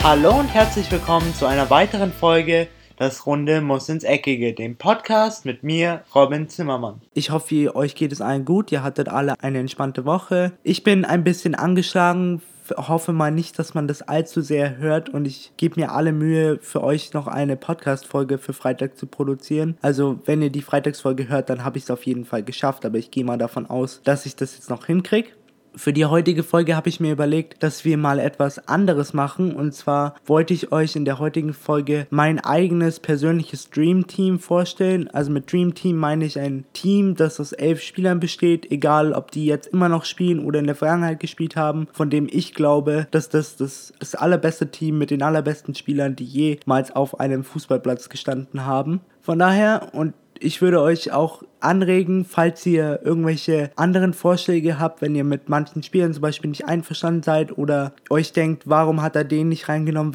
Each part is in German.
Hallo und herzlich willkommen zu einer weiteren Folge Das Runde muss ins Eckige, dem Podcast mit mir, Robin Zimmermann. Ich hoffe, euch geht es allen gut, ihr hattet alle eine entspannte Woche. Ich bin ein bisschen angeschlagen, hoffe mal nicht, dass man das allzu sehr hört und ich gebe mir alle Mühe, für euch noch eine Podcast-Folge für Freitag zu produzieren. Also wenn ihr die Freitagsfolge hört, dann habe ich es auf jeden Fall geschafft, aber ich gehe mal davon aus, dass ich das jetzt noch hinkriege. Für die heutige Folge habe ich mir überlegt, dass wir mal etwas anderes machen. Und zwar wollte ich euch in der heutigen Folge mein eigenes persönliches Dream Team vorstellen. Also mit Dream Team meine ich ein Team, das aus 11 Spielern besteht, egal ob die jetzt immer noch spielen oder in der Vergangenheit gespielt haben, von dem ich glaube, dass das allerbeste Team mit den allerbesten Spielern, die jemals auf einem Fußballplatz gestanden haben. Von daher, und ich würde euch auch anregen, falls ihr irgendwelche anderen Vorschläge habt, wenn ihr mit manchen Spielern zum Beispiel nicht einverstanden seid oder euch denkt, warum hat er den nicht reingenommen,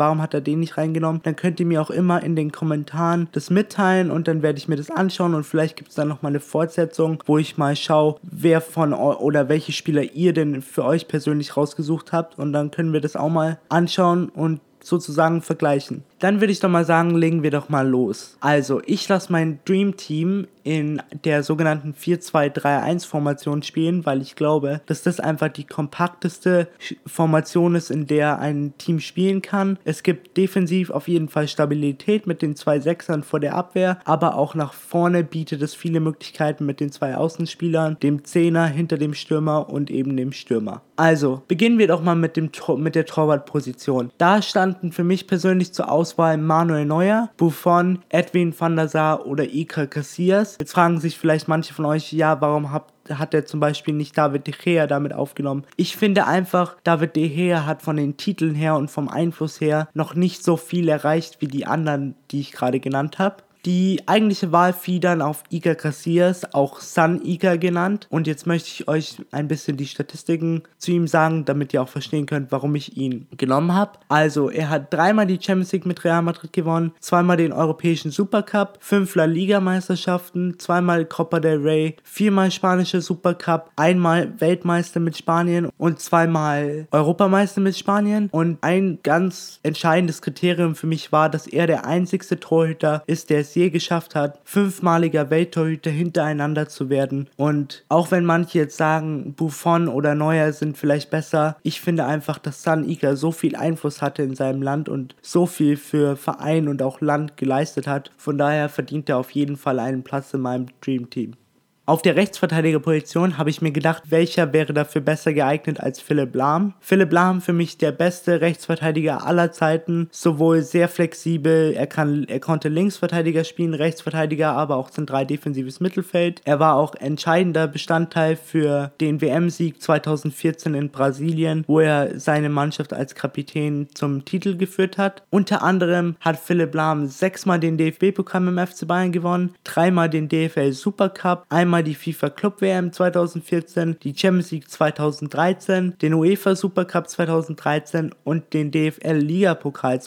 dann könnt ihr mir auch immer in den Kommentaren das mitteilen und dann werde ich mir das anschauen und vielleicht gibt es dann nochmal eine Fortsetzung, wo ich mal schaue, wer von oder welche Spieler ihr denn für euch persönlich rausgesucht habt und dann können wir das auch mal anschauen und sozusagen vergleichen. Dann würde ich doch mal sagen, legen wir doch mal los. Also, ich lasse mein Dream Team in der sogenannten 4-2-3-1-Formation spielen, weil ich glaube, dass das einfach die kompakteste Formation ist, in der ein Team spielen kann. Es gibt defensiv auf jeden Fall Stabilität mit den 2 Sechsern vor der Abwehr, aber auch nach vorne bietet es viele Möglichkeiten mit den 2 Außenspielern, dem Zehner hinter dem Stürmer und eben dem Stürmer. Also, beginnen wir doch mal mit der Torwartposition. Da standen für mich persönlich zur Auswahl Manuel Neuer, Buffon, Edwin van der Sar oder Iker Casillas. Jetzt fragen sich vielleicht manche von euch, ja, warum hat er zum Beispiel nicht David de Gea damit aufgenommen? Ich finde einfach, David de Gea hat von den Titeln her und vom Einfluss her noch nicht so viel erreicht wie die anderen, die ich gerade genannt habe. Die eigentliche Wahl fiel dann auf Iker Casillas, auch Sun Iker genannt. Und jetzt möchte ich euch ein bisschen die Statistiken zu ihm sagen, damit ihr auch verstehen könnt, warum ich ihn genommen habe. Also, er hat 3-mal die Champions League mit Real Madrid gewonnen, 2-mal den europäischen Supercup, 5 La Liga Meisterschaften, 2-mal Copa del Rey, 4-mal spanische Supercup, 1-mal Weltmeister mit Spanien und 2-mal Europameister mit Spanien. Und ein ganz entscheidendes Kriterium für mich war, dass er der einzigste Torhüter ist, der es je geschafft hat, 5-maliger Welttorhüter hintereinander zu werden. Und auch wenn manche jetzt sagen, Buffon oder Neuer sind vielleicht besser, ich finde einfach, dass Sun Iker so viel Einfluss hatte in seinem Land und so viel für Verein und auch Land geleistet hat. Von daher verdient er auf jeden Fall einen Platz in meinem Dream Team. Auf der Rechtsverteidigerposition habe ich mir gedacht, welcher wäre dafür besser geeignet als Philipp Lahm. Philipp Lahm für mich der beste Rechtsverteidiger aller Zeiten, sowohl sehr flexibel, er konnte Linksverteidiger spielen, Rechtsverteidiger, aber auch zentral defensives Mittelfeld. Er war auch entscheidender Bestandteil für den WM-Sieg 2014 in Brasilien, wo er seine Mannschaft als Kapitän zum Titel geführt hat. Unter anderem hat Philipp Lahm 6-mal den DFB-Pokal im FC Bayern gewonnen, 3-mal den DFL Supercup, einmal die FIFA Club WM 2014, die Champions League 2013, den UEFA Supercup 2013 und den DFL Ligapokal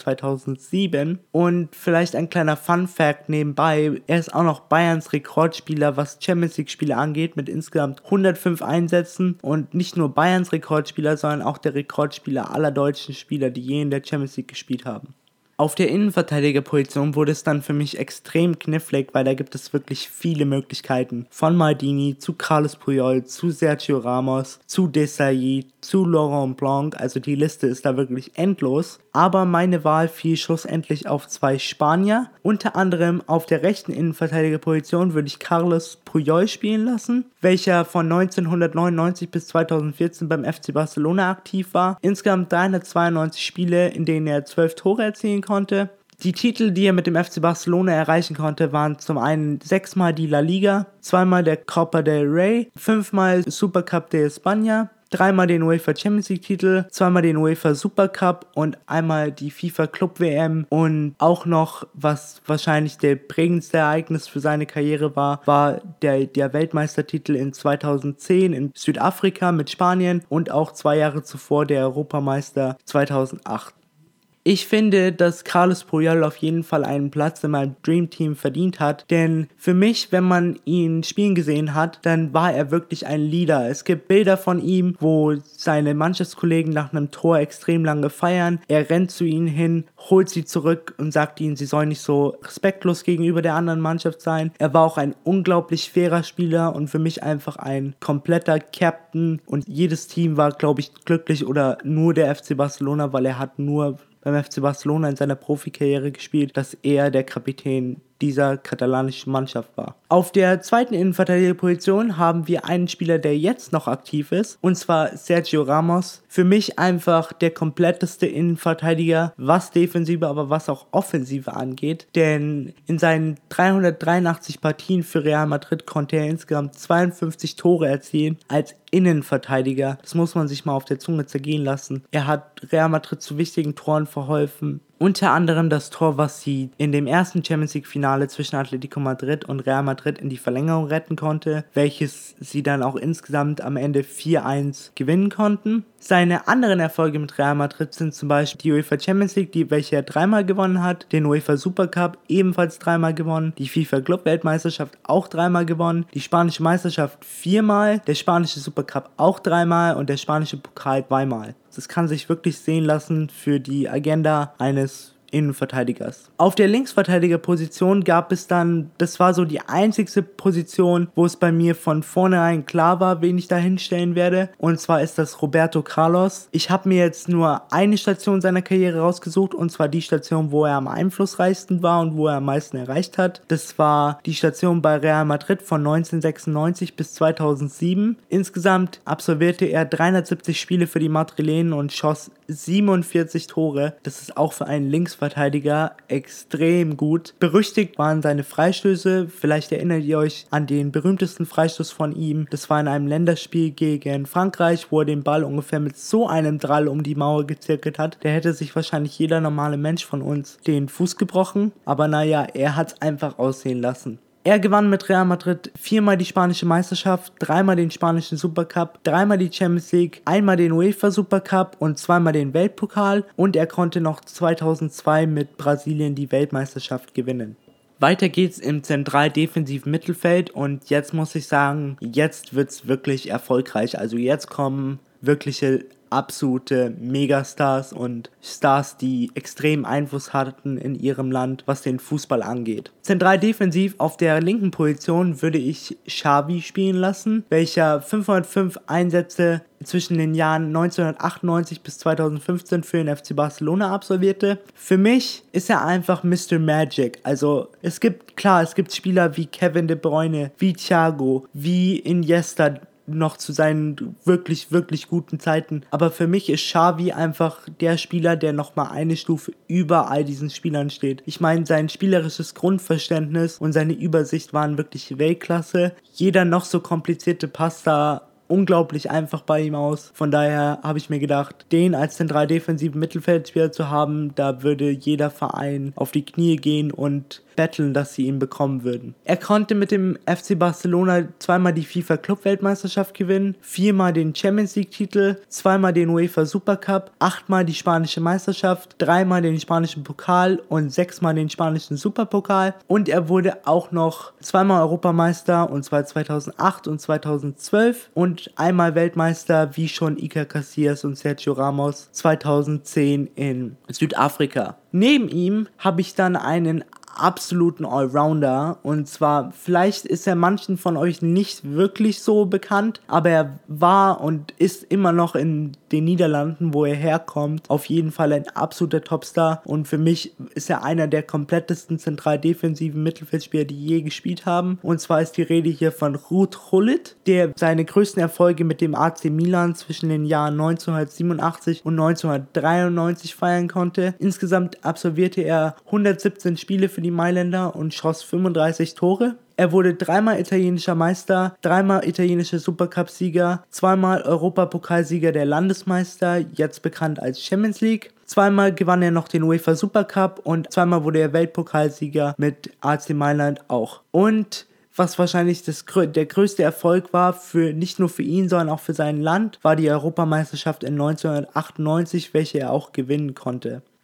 2007. Und vielleicht ein kleiner Fun Fact nebenbei, er ist auch noch Bayerns Rekordspieler, was Champions League Spiele angeht, mit insgesamt 105 Einsätzen und nicht nur Bayerns Rekordspieler, sondern auch der Rekordspieler aller deutschen Spieler, die je in der Champions League gespielt haben. Auf der Innenverteidigerposition wurde es dann für mich extrem knifflig, weil da gibt es wirklich viele Möglichkeiten. Von Maldini zu Carlos Puyol, zu Sergio Ramos, zu Desailly, zu Laurent Blanc, also die Liste ist da wirklich endlos. Aber meine Wahl fiel schlussendlich auf 2 Spanier. Unter anderem auf der rechten Innenverteidigerposition würde ich Carlos Puyol spielen lassen, welcher von 1999 bis 2014 beim FC Barcelona aktiv war. Insgesamt 392 Spiele, in denen er 12 Tore erzielen konnte. Die Titel, die er mit dem FC Barcelona erreichen konnte, waren zum einen 6-mal die La Liga, 2-mal der Copa del Rey, 5-mal Supercup de España, 3-mal den UEFA Champions League Titel, 2-mal den UEFA Supercup und einmal die FIFA Club WM und auch noch, was wahrscheinlich der prägendste Ereignis für seine Karriere war der Weltmeistertitel in 2010 in Südafrika mit Spanien und auch 2 Jahre zuvor der Europameister 2008. Ich finde, dass Carlos Puyol auf jeden Fall einen Platz in meinem Dream Team verdient hat, denn für mich, wenn man ihn spielen gesehen hat, dann war er wirklich ein Leader. Es gibt Bilder von ihm, wo seine Mannschaftskollegen nach einem Tor extrem lange feiern. Er rennt zu ihnen hin, holt sie zurück und sagt ihnen, sie sollen nicht so respektlos gegenüber der anderen Mannschaft sein. Er war auch ein unglaublich fairer Spieler und für mich einfach ein kompletter Captain und jedes Team war, glaube ich, glücklich oder nur der FC Barcelona, weil er hat nur beim FC Barcelona in seiner Profikarriere gespielt, dass er der Kapitän dieser katalanischen Mannschaft war. Auf der zweiten Innenverteidigerposition haben wir einen Spieler, der jetzt noch aktiv ist, und zwar Sergio Ramos. Für mich einfach der kompletteste Innenverteidiger, was Defensive, aber was auch Offensive angeht, denn in seinen 383 Partien für Real Madrid konnte er insgesamt 52 Tore erzielen als Innenverteidiger. Das muss man sich mal auf der Zunge zergehen lassen. Er hat Real Madrid zu wichtigen Toren verholfen. Unter anderem das Tor, was sie in dem ersten Champions League Finale zwischen Atletico Madrid und Real Madrid in die Verlängerung retten konnte, welches sie dann auch insgesamt am Ende 4-1 gewinnen konnten. Seine anderen Erfolge mit Real Madrid sind zum Beispiel die UEFA Champions League, welche er 3-mal gewonnen hat, den UEFA Supercup ebenfalls 3-mal gewonnen, die FIFA Club Weltmeisterschaft auch 3-mal gewonnen, die spanische Meisterschaft 4-mal, der spanische Supercup auch 3-mal und der spanische Pokal 2-mal. Das kann sich wirklich sehen lassen für die Agenda eines Innenverteidigers. Auf der Linksverteidigerposition gab es dann, das war so die einzigste Position, wo es bei mir von vornherein klar war, wen ich da hinstellen werde. Und zwar ist das Roberto Carlos. Ich habe mir jetzt nur eine Station seiner Karriere rausgesucht, und zwar die Station, wo er am einflussreichsten war und wo er am meisten erreicht hat. Das war die Station bei Real Madrid von 1996 bis 2007. Insgesamt absolvierte er 370 Spiele für die Madrilenen und schoss 47 Tore. Das ist auch für einen Linksverteidiger extrem gut. Berüchtigt waren seine Freistöße. Vielleicht erinnert ihr euch an den berühmtesten Freistoß von ihm. Das war in einem Länderspiel gegen Frankreich, wo er den Ball ungefähr mit so einem Drall um die Mauer gezirkelt hat. Der hätte sich wahrscheinlich jeder normale Mensch von uns den Fuß gebrochen. Aber naja, er hat es einfach aussehen lassen. Er gewann mit Real Madrid 4-mal die spanische Meisterschaft, 3-mal den spanischen Supercup, 3-mal die Champions League, 1-mal den UEFA Supercup und 2-mal den Weltpokal, und er konnte noch 2002 mit Brasilien die Weltmeisterschaft gewinnen. Weiter geht's im zentral-defensiven Mittelfeld und jetzt muss ich sagen, jetzt wird's wirklich erfolgreich. Also jetzt kommen wirkliche absolute Megastars und Stars, die extrem Einfluss hatten in ihrem Land, was den Fußball angeht. Zentral defensiv auf der linken Position würde ich Xavi spielen lassen, welcher 505 Einsätze zwischen den Jahren 1998 bis 2015 für den FC Barcelona absolvierte. Für mich ist er einfach Mr. Magic. Also es gibt Spieler wie Kevin De Bruyne, wie Thiago, wie Iniesta, noch zu seinen wirklich, wirklich guten Zeiten. Aber für mich ist Xavi einfach der Spieler, der nochmal eine Stufe über all diesen Spielern steht. Ich meine, sein spielerisches Grundverständnis und seine Übersicht waren wirklich Weltklasse. Jeder noch so komplizierte Pass sah unglaublich einfach bei ihm aus. Von daher habe ich mir gedacht, den als zentral defensiven Mittelfeldspieler zu haben, da würde jeder Verein auf die Knie gehen und betteln, dass sie ihn bekommen würden. Er konnte mit dem FC Barcelona 2-mal die FIFA Club Weltmeisterschaft gewinnen, 4-mal den Champions League Titel, 2-mal den UEFA Supercup, 8-mal die spanische Meisterschaft, 3-mal den spanischen Pokal und 6-mal den spanischen Superpokal, und er wurde auch noch 2-mal Europameister, und zwar 2008 und 2012, und einmal Weltmeister, wie schon Iker Casillas und Sergio Ramos 2010 in Südafrika. Neben ihm habe ich dann einen absoluten Allrounder, und zwar, vielleicht ist er manchen von euch nicht wirklich so bekannt, aber er war und ist immer noch in den Niederlanden, wo er herkommt, auf jeden Fall ein absoluter Topstar, und für mich ist er einer der komplettesten zentral-defensiven Mittelfeldspieler, die je gespielt haben, und zwar ist die Rede hier von Ruud Gullit, der seine größten Erfolge mit dem AC Milan zwischen den Jahren 1987 und 1993 feiern konnte. Insgesamt absolvierte er 117 Spiele für die Mailänder und schoss 35 Tore. Er wurde 3-mal italienischer Meister, 3-mal italienischer Supercup-Sieger, 2-mal Europapokalsieger der Landesmeister, jetzt bekannt als Champions League. 2-mal gewann er noch den UEFA Supercup und 2-mal wurde er Weltpokalsieger mit AC Mailand auch. Und was wahrscheinlich der größte Erfolg war, nicht nur für ihn, sondern auch für sein Land, war die Europameisterschaft in 1998, welche er auch gewinnen konnte.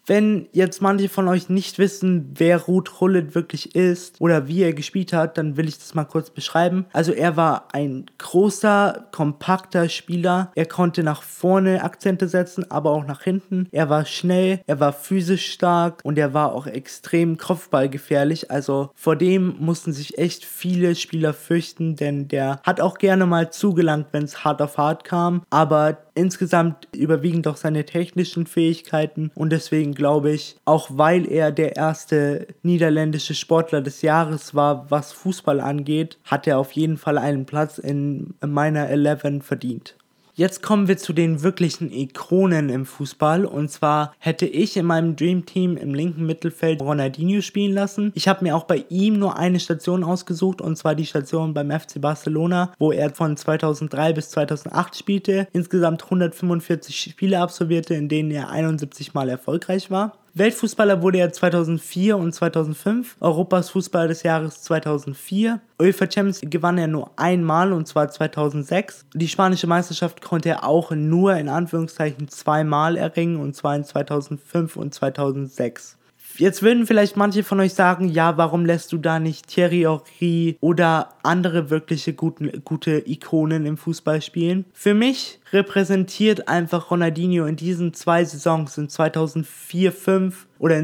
Wenn jetzt manche von euch nicht wissen, wer Ruud Gullit wirklich ist oder wie er gespielt hat, dann will ich das mal kurz beschreiben. Also er war ein großer, kompakter Spieler. Er konnte nach vorne Akzente setzen, aber auch nach hinten. Er war schnell, er war physisch stark und er war auch extrem kopfballgefährlich. Also vor dem mussten sich echt viele Spieler fürchten, denn der hat auch gerne mal zugelangt, wenn es hart auf hart kam. Aber insgesamt überwiegen doch seine technischen Fähigkeiten und deswegen glaube ich, auch weil er der erste niederländische Sportler des Jahres war, was Fußball angeht, hat er auf jeden Fall einen Platz in meiner 11 verdient. Jetzt kommen wir zu den wirklichen Ikonen im Fußball und zwar hätte ich in meinem Dream Team im linken Mittelfeld Ronaldinho spielen lassen. Ich habe mir auch bei ihm nur eine Station ausgesucht und zwar die Station beim FC Barcelona, wo er von 2003 bis 2008 spielte, insgesamt 145 Spiele absolvierte, in denen er 71 Mal erfolgreich war. Weltfußballer wurde er 2004 und 2005, Europas Fußballer des Jahres 2004. UEFA Champions League gewann er nur einmal und zwar 2006. Die spanische Meisterschaft konnte er auch nur in Anführungszeichen zweimal erringen und zwar in 2005 und 2006. Jetzt würden vielleicht manche von euch sagen, ja, warum lässt du da nicht Thierry Henry oder andere wirkliche gute Ikonen im Fußball spielen? Für mich repräsentiert einfach Ronaldinho in diesen 2 Saisons, in 2004-05 oder in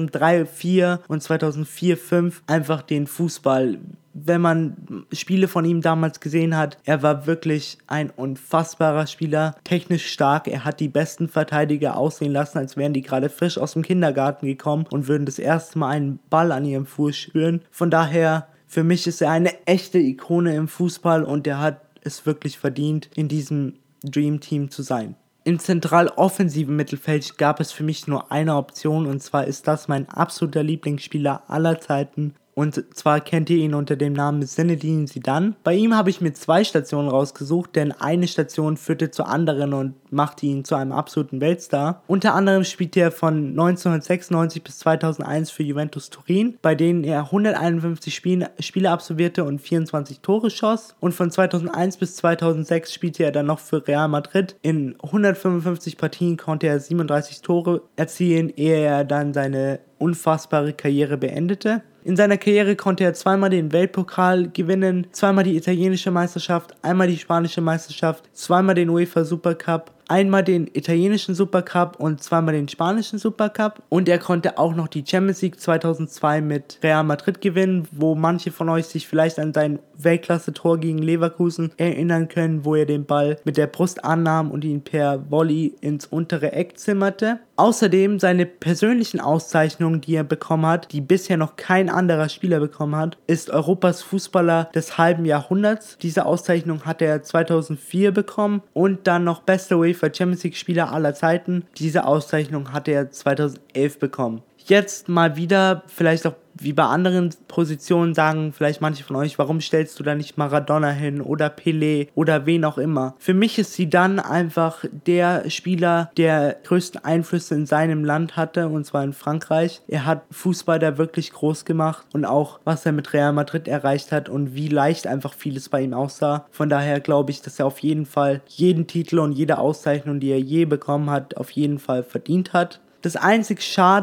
2003-04 und 2004-05 einfach den Fußball. Wenn man Spiele von ihm damals gesehen hat, er war wirklich ein unfassbarer Spieler, technisch stark, er hat die besten Verteidiger aussehen lassen, als wären die gerade frisch aus dem Kindergarten gekommen und würden das erste Mal einen Ball an ihrem Fuß spüren. Von daher, für mich ist er eine echte Ikone im Fußball und er hat es wirklich verdient, in diesem Dream Team zu sein. Im zentral-offensiven Mittelfeld gab es für mich nur eine Option und zwar ist das mein absoluter Lieblingsspieler aller Zeiten. Und zwar kennt ihr ihn unter dem Namen Zinedine Zidane. Bei ihm habe ich mir 2 Stationen rausgesucht, denn eine Station führte zur anderen und machte ihn zu einem absoluten Weltstar. Unter anderem spielte er von 1996 bis 2001 für Juventus Turin, bei denen er 151 Spiele absolvierte und 24 Tore schoss. Und von 2001 bis 2006 spielte er dann noch für Real Madrid. In 155 Partien konnte er 37 Tore erzielen, ehe er dann seine unfassbare Karriere beendete. In seiner Karriere konnte er zweimal den Weltpokal gewinnen, zweimal die italienische Meisterschaft, einmal die spanische Meisterschaft, zweimal den UEFA Supercup, einmal den italienischen Supercup und zweimal den spanischen Supercup. Und er konnte auch noch die Champions League 2002 mit Real Madrid gewinnen, wo manche von euch sich vielleicht an sein Weltklasse-Tor gegen Leverkusen erinnern können, wo er den Ball mit der Brust annahm und ihn per Volley ins untere Eck zimmerte. Außerdem seine persönlichen Auszeichnungen, die er bekommen hat, die bisher noch kein anderer Spieler bekommen hat, ist Europas Fußballer des halben Jahrhunderts. Diese Auszeichnung hat er 2004 bekommen und dann noch bester UEFA Champions League Spieler aller Zeiten. Diese Auszeichnung hat er 2011 bekommen. Jetzt mal wieder, vielleicht auch wie bei anderen Positionen sagen vielleicht manche von euch, warum stellst du da nicht Maradona hin oder Pelé oder wen auch immer. Für mich ist Zidane einfach der Spieler, der größten Einflüsse in seinem Land hatte, und zwar in Frankreich. Er hat Fußball da wirklich groß gemacht und auch was er mit Real Madrid erreicht hat und wie leicht einfach vieles bei ihm aussah. Von daher glaube ich, dass er auf jeden Fall jeden Titel und jede Auszeichnung, die er je bekommen hat, auf jeden Fall verdient hat. Das einzigste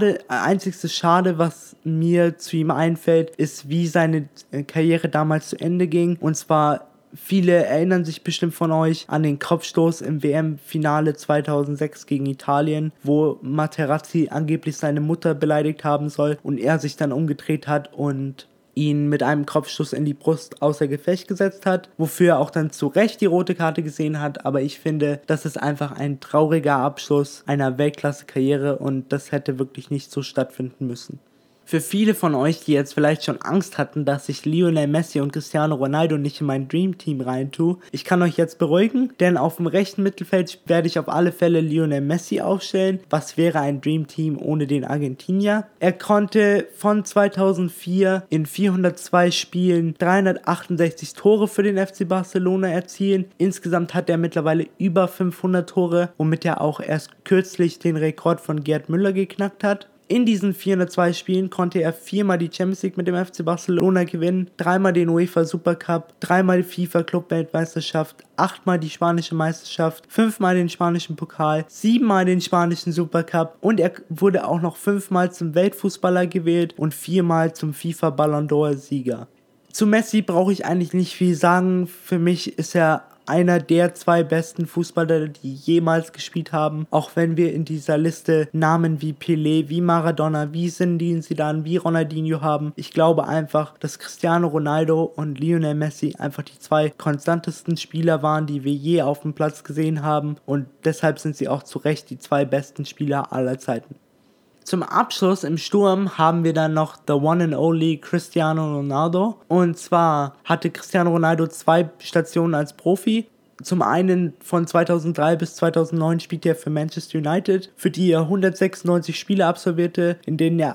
Schade, was mir zu ihm einfällt, ist, wie seine Karriere damals zu Ende ging. Und zwar, viele erinnern sich bestimmt von euch an den Kopfstoß im WM-Finale 2006 gegen Italien, wo Materazzi angeblich seine Mutter beleidigt haben soll und er sich dann umgedreht hat und ihn mit einem Kopfstoß in die Brust außer Gefecht gesetzt hat, wofür er auch dann zu Recht die rote Karte gesehen hat, aber ich finde, das ist einfach ein trauriger Abschluss einer Weltklasse-Karriere und das hätte wirklich nicht so stattfinden müssen. Für viele von euch, die jetzt vielleicht schon Angst hatten, dass ich Lionel Messi und Cristiano Ronaldo nicht in mein Dream Team reintue, ich kann euch jetzt beruhigen, denn auf dem rechten Mittelfeld werde ich auf alle Fälle Lionel Messi aufstellen. Was wäre ein Dream Team ohne den Argentinier? Er konnte von 2004 in 402 Spielen 368 Tore für den FC Barcelona erzielen. Insgesamt hat er mittlerweile über 500 Tore, womit er auch erst kürzlich den Rekord von Gerd Müller geknackt hat. In diesen 402 Spielen konnte er 4-mal die Champions League mit dem FC Barcelona gewinnen, 3-mal den UEFA Supercup, 3-mal die FIFA Club-Weltmeisterschaft, 8-mal die spanische Meisterschaft, 5-mal den spanischen Pokal, 7-mal den spanischen Supercup und er wurde auch noch 5-mal zum Weltfußballer gewählt und 4-mal zum FIFA Ballon d'Or Sieger. Zu Messi brauche ich eigentlich nicht viel sagen. Für mich ist er einer der 2 besten Fußballer, die jemals gespielt haben. Auch wenn wir in dieser Liste Namen wie Pelé, wie Maradona, wie Zinedine Zidane, wie Ronaldinho haben. Ich glaube einfach, dass Cristiano Ronaldo und Lionel Messi einfach die 2 konstantesten Spieler waren, die wir je auf dem Platz gesehen haben. Und deshalb sind sie auch zu Recht die 2 besten Spieler aller Zeiten. Zum Abschluss im Sturm haben wir dann noch the one and only Cristiano Ronaldo. Und zwar hatte Cristiano Ronaldo 2 Stationen als Profi. Zum einen von 2003 bis 2009 spielte er für Manchester United, für die er 196 Spiele absolvierte, in denen er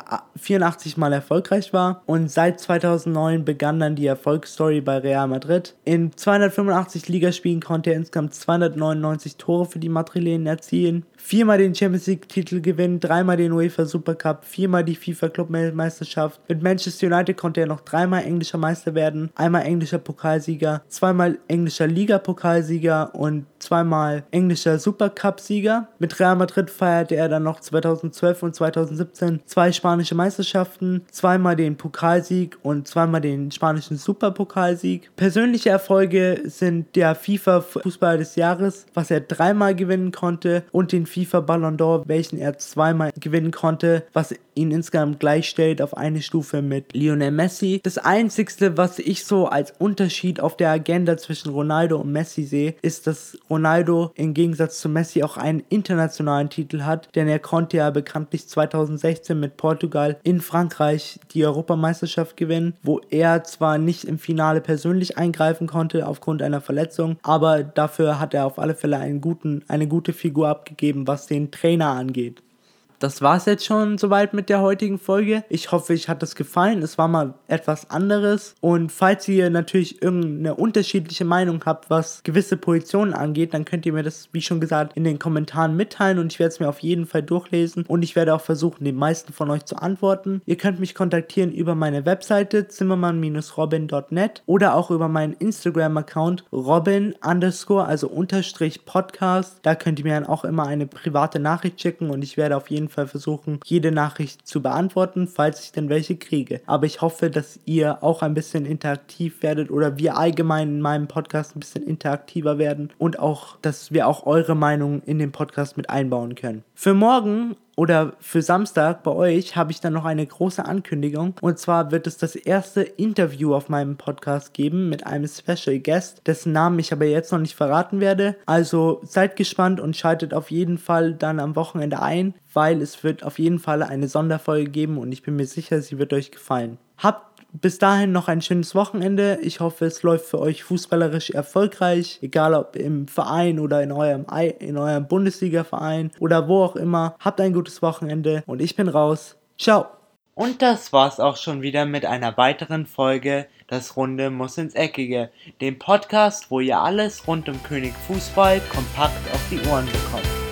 84 Mal erfolgreich war. Und seit 2009 begann dann die Erfolgsstory bei Real Madrid. In 285 Ligaspielen konnte er insgesamt 299 Tore für die Madrilenen erzielen, 4-mal den Champions League Titel gewinnen, 3-mal den UEFA Supercup, 4-mal die FIFA Club Weltmeisterschaft. Mit Manchester United konnte er noch 3-mal englischer Meister werden, 1-mal englischer Pokalsieger, 2-mal englischer Liga-Pokalsieger und 2-mal englischer Supercup-Sieger. Mit Real Madrid feierte er dann noch 2012 und 2017 2 spanische Meisterschaften, 2-mal den Pokalsieg und 2-mal den spanischen Superpokalsieg. Persönliche Erfolge sind der FIFA Fußballer des Jahres, was er 3-mal gewinnen konnte, und den FIFA Ballon d'Or, welchen er 2-mal gewinnen konnte, was ihn insgesamt gleichstellt auf eine Stufe mit Lionel Messi. Das einzigste, was ich so als Unterschied auf der Agenda zwischen Ronaldo und Messi sehe, ist, dass Ronaldo im Gegensatz zu Messi auch einen internationalen Titel hat, denn er konnte ja bekanntlich 2016 mit Portugal in Frankreich die Europameisterschaft gewinnen, wo er zwar nicht im Finale persönlich eingreifen konnte aufgrund einer Verletzung, aber dafür hat er auf alle Fälle eine gute Figur abgegeben, was den Trainer angeht. Das war's jetzt schon soweit mit der heutigen Folge. Ich hoffe, euch hat das gefallen. Es war mal etwas anderes. Und falls ihr natürlich irgendeine unterschiedliche Meinung habt, was gewisse Positionen angeht, dann könnt ihr mir das, wie schon gesagt, in den Kommentaren mitteilen und ich werde es mir auf jeden Fall durchlesen und ich werde auch versuchen, den meisten von euch zu antworten. Ihr könnt mich kontaktieren über meine Webseite zimmermann-robin.net oder auch über meinen Instagram-Account Robin_Podcast. Da könnt ihr mir dann auch immer eine private Nachricht schicken und ich werde auf jeden Fall versuchen, jede Nachricht zu beantworten, falls ich denn welche kriege. Aber ich hoffe, dass ihr auch ein bisschen interaktiv werdet oder wir allgemein in meinem Podcast ein bisschen interaktiver werden und auch, dass wir auch eure Meinung in den Podcast mit einbauen können. Für morgen oder für Samstag bei euch habe ich dann noch eine große Ankündigung. Und zwar wird es das erste Interview auf meinem Podcast geben mit einem Special Guest, dessen Namen ich aber jetzt noch nicht verraten werde. Also seid gespannt und schaltet auf jeden Fall dann am Wochenende ein, weil es wird auf jeden Fall eine Sonderfolge geben und ich bin mir sicher, sie wird euch gefallen. Habt bis dahin noch ein schönes Wochenende. Ich hoffe, es läuft für euch fußballerisch erfolgreich, egal ob im Verein oder in eurem Bundesliga-Verein oder wo auch immer. Habt ein gutes Wochenende und ich bin raus. Ciao. Und das war's auch schon wieder mit einer weiteren Folge Das Runde muss ins Eckige, dem Podcast, wo ihr alles rund um König Fußball kompakt auf die Ohren bekommt.